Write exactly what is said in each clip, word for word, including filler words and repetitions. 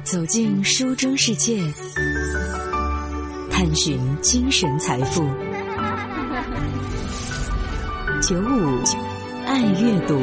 走进书中世界，探寻精神财富。九五爱阅读，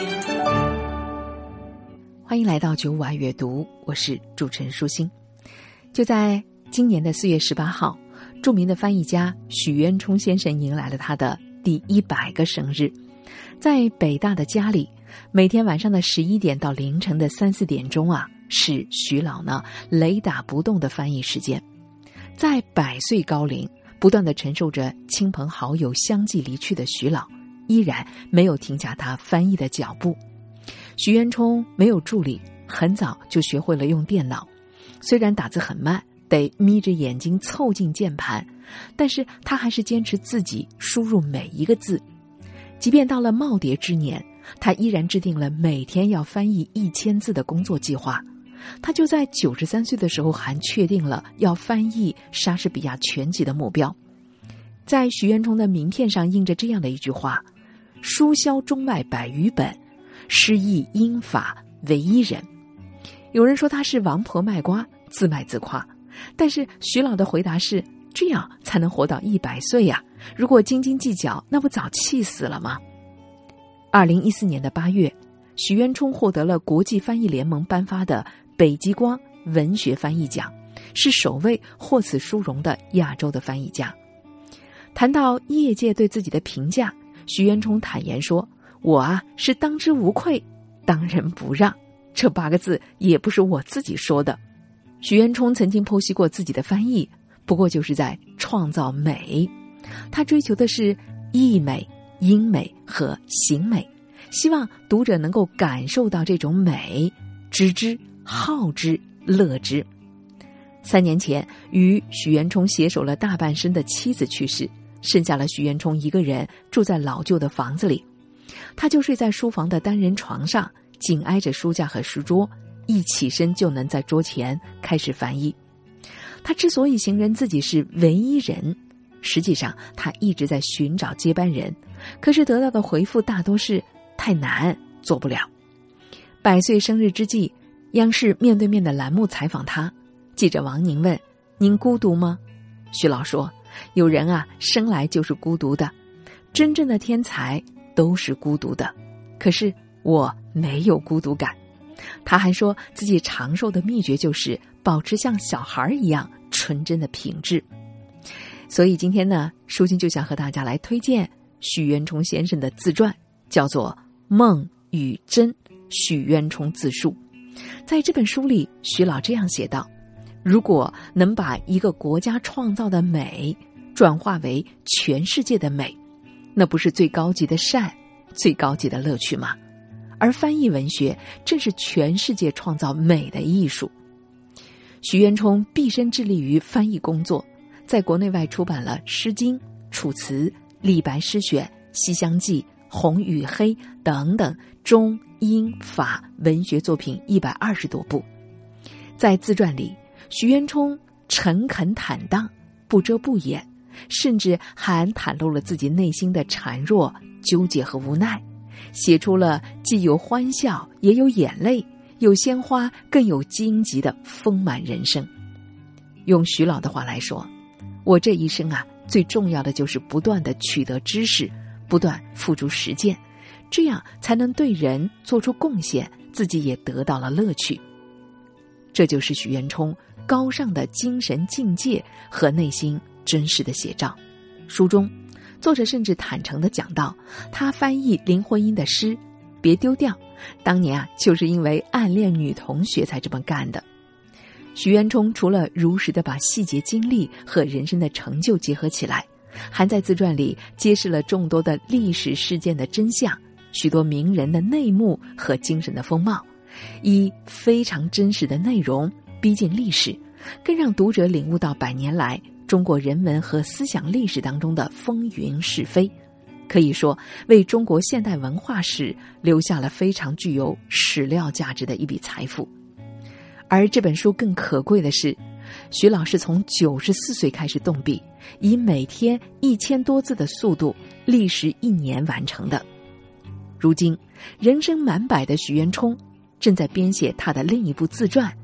欢迎来到九五爱阅读，我是主持人舒心。就在今年的四月十八号，著名的翻译家许渊冲先生迎来了他的第一百个生日。在北大的家里，每天晚上的十一点到凌晨的三四点钟啊，是许老呢雷打不动的翻译时间。在百岁高龄，不断地承受着亲朋好友相继离去的许老，依然没有停下他翻译的脚步。许渊冲没有助理，很早就学会了用电脑，虽然打字很慢，得眯着眼睛凑近键盘，但是他还是坚持自己输入每一个字。即便到了耄耋之年，他依然制定了每天要翻译一千字的工作计划。他就在九十三岁的时候还确定了要翻译莎士比亚全集的目标。在许渊冲的名片上印着这样的一句话：书销中外百余本，诗意英法唯一人。有人说他是王婆卖瓜，自卖自夸，但是许老的回答是，这样才能活到一百岁呀、啊！如果斤斤计较，那不早气死了吗？二零一四年的八月，许渊冲获得了国际翻译联盟颁发的北极光文学翻译奖，是首位获此殊荣的亚洲的翻译家。谈到业界对自己的评价，许渊冲坦言说：“我啊是当之无愧，当仁不让。”这八个字也不是我自己说的。许渊冲曾经剖析过自己的翻译，不过就是在创造美。他追求的是意美、音美和形美，希望读者能够感受到这种美，知之、好之、乐之。三年前，与许渊冲携手了大半生的妻子去世，剩下了许渊冲一个人住在老旧的房子里。他就睡在书房的单人床上，紧挨着书架和书桌，一起身就能在桌前开始翻译。他之所以形容自己是唯一人，实际上他一直在寻找接班人，可是得到的回复大多是太难，做不了。百岁生日之际，央视面对面的栏目采访他，记者王宁问：“您孤独吗？”许老说：“有人啊，生来就是孤独的，真正的天才都是孤独的，可是我没有孤独感。”他还说自己长寿的秘诀就是保持像小孩一样纯真的品质。所以今天呢，舒心就想和大家来推荐许渊冲先生的自传，叫做《梦与真：许渊冲自述》。在这本书里，许老这样写道：如果能把一个国家创造的美转化为全世界的美，那不是最高级的善，最高级的乐趣吗？而翻译文学正是全世界创造美的艺术。许渊冲毕生致力于翻译工作，在国内外出版了《诗经》、《楚辞》、《李白诗选》、《西厢记》、《红与黑》等等中英法文学作品一百二十多部。在自传里，许渊冲诚恳坦荡，不遮不掩，甚至还袒露了自己内心的孱弱、纠结和无奈，写出了既有欢笑也有眼泪，有鲜花更有荆棘的丰满人生。用许老的话来说，我这一生啊，最重要的就是不断地取得知识，不断付诸实践，这样才能对人做出贡献，自己也得到了乐趣。这就是许渊冲高尚的精神境界和内心真实的写照。书中作者甚至坦诚地讲到，他翻译林徽因的诗《别丢掉》，当年啊，就是因为暗恋女同学才这么干的。许渊冲除了如实地把细节经历和人生的成就结合起来，还在自传里揭示了众多的历史事件的真相，许多名人的内幕和精神的风貌，以非常真实的内容逼近历史，更让读者领悟到百年来中国人文和思想历史当中的风云是非，可以说为中国现代文化史留下了非常具有史料价值的一笔财富。而这本书更可贵的是，许老是从九十四岁开始动笔，以每天一千多字的速度，历时一年完成的。如今，人生满百的许渊冲正在编写他的另一部自传《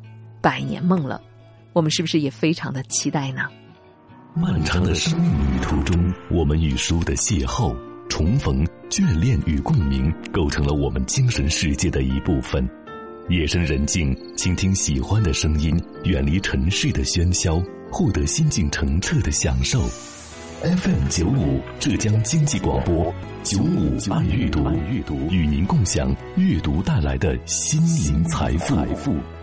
百年梦了，我们是不是也非常的期待呢？ 漫长的生命旅途中，我们与书的邂逅、重逢、眷恋与共鸣，构成了我们精神世界的一部分。夜深人静，倾听喜欢的声音，远离尘世的喧嚣，获得心境澄澈的享受。F M 九五浙江经济广播九五爱阅读，与您共享阅读带来的心灵财富。